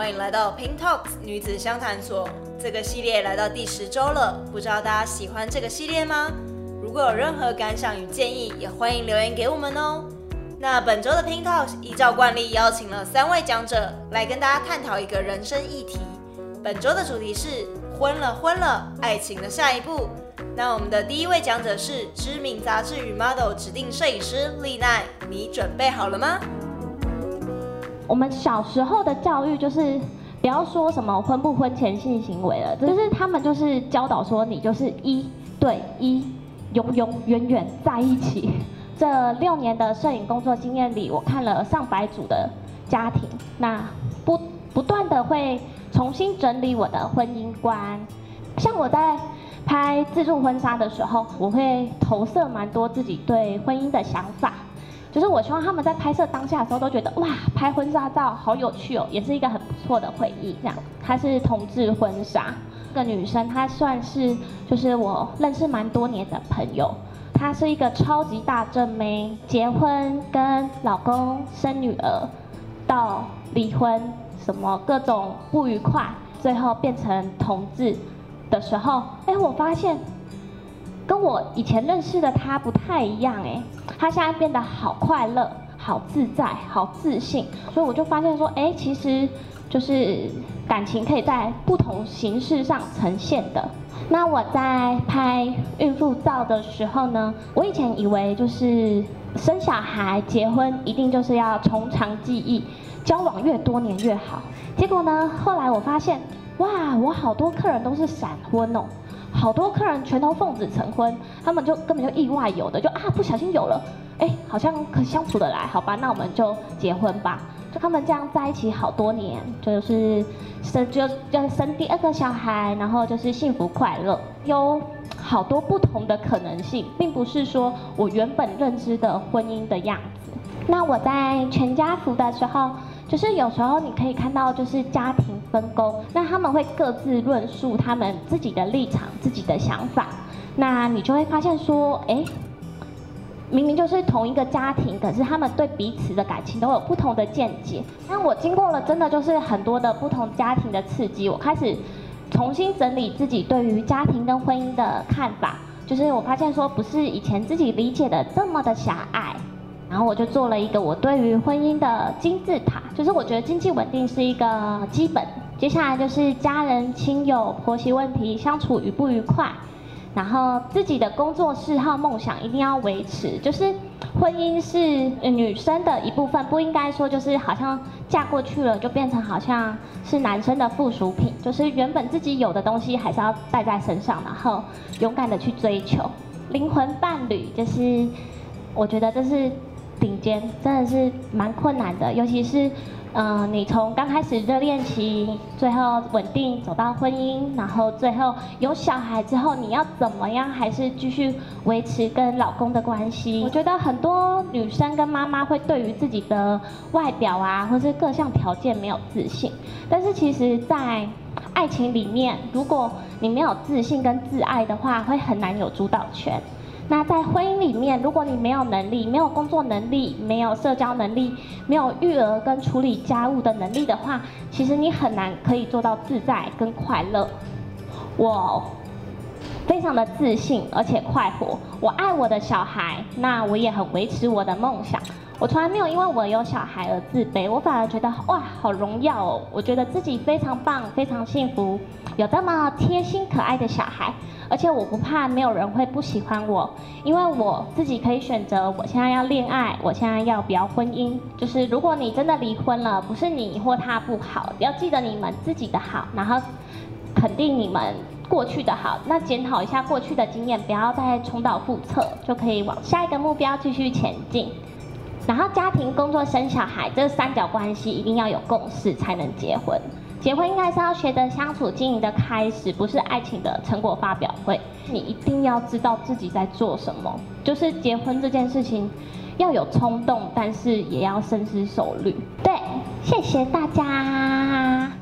欢迎来到 Pink Talks 女子相谈所。这个系列来到第10周了，不知道大家喜欢这个系列吗？如果有任何感想与建议，也欢迎留言给我们哦。那本周的 Pink Talks 依照惯例邀请了3位讲者来跟大家探讨一个人生议题。本周的主题是婚了，爱情的下一步。那我们的第一位讲者是知名杂志与 model 指定摄影师丽奈，你准备好了吗？ 我们小时候的教育就是不要说什么婚不婚前性行为了，就是他们就是教导说你就是1对1，永永远远在一起。这6年的摄影工作经验里，我看了上百组的家庭，那不断的会重新整理我的婚姻观。像我在拍自助婚纱的时候，我会投射蛮多自己对婚姻的想法。就是我希望他们在拍摄当下的时候都觉得哇，拍婚纱照好有趣哦，也是一个很不错的回忆。这样，她是同志婚纱，这个女生她算是就是我认识蛮多年的朋友，她是一个超级大正妹，结婚跟老公生女儿，到离婚什么各种不愉快，最后变成同志的时候，我发现跟我以前认识的她不太一样她现在变得好快乐、好自在、好自信，所以我就发现说，其实就是感情可以在不同形式上呈现的。那我在拍孕妇照的时候呢，我以前以为就是生小孩、结婚一定就是要从长计议，交往越多年越好。结果呢，后来我发现，哇，我好多客人都是闪婚哦。好多客人全都奉子成婚，他们就根本就意外有的，就不小心有了，好像可相处得来，好吧，那我们就结婚吧。就他们这样在一起好多年，就是生第2个小孩，然后就是幸福快乐，有好多不同的可能性，并不是说我原本认知的婚姻的样子。那我在全家福的时候，就是有时候你可以看到，就是家庭分工，那他们会各自论述他们自己的立场、自己的想法，那你就会发现说，明明就是同一个家庭，可是他们对彼此的感情都有不同的见解。那我经过了真的就是很多的不同家庭的刺激，我开始重新整理自己对于家庭跟婚姻的看法，就是我发现说，不是以前自己理解的这么的狭隘。然后我就做了一个我对于婚姻的金字塔，就是我觉得经济稳定是一个基本，接下来就是家人、亲友、婆媳问题相处愉不愉快，然后自己的工作嗜好、梦想一定要维持，就是婚姻是女生的一部分，不应该说就是好像嫁过去了就变成好像是男生的附属品，就是原本自己有的东西还是要带在身上，然后勇敢的去追求灵魂伴侣，就是我觉得这是顶尖，真的是蛮困难的，尤其是你从刚开始热恋期，最后稳定走到婚姻，然后最后有小孩之后，你要怎么样还是继续维持跟老公的关系？我觉得很多女生跟妈妈会对于自己的外表啊，或是各项条件没有自信，但是其实在爱情里面，如果你没有自信跟自爱的话，会很难有主导权。那在婚姻里面，如果你没有能力、没有工作能力、没有社交能力、没有育儿跟处理家务的能力的话，其实你很难可以做到自在跟快乐。我非常的自信而且快活，我爱我的小孩，那我也很维持我的梦想。我从来没有因为我有小孩而自卑，我反而觉得哇，好荣耀哦！我觉得自己非常棒，非常幸福，有这么贴心可爱的小孩。而且我不怕没有人会不喜欢我，因为我自己可以选择我现在要恋爱，我现在要不要婚姻。就是如果你真的离婚了，不是你或他不好，要记得你们自己的好，然后肯定你们过去的好，那检讨一下过去的经验，不要再重蹈覆辙，就可以往下一个目标继续前进。然后家庭、工作、生小孩这3角关系一定要有共识才能结婚。结婚应该是要学着相处经营的开始，不是爱情的成果发表会。你一定要知道自己在做什么，就是结婚这件事情要有冲动，但是也要深思熟虑。对，谢谢大家。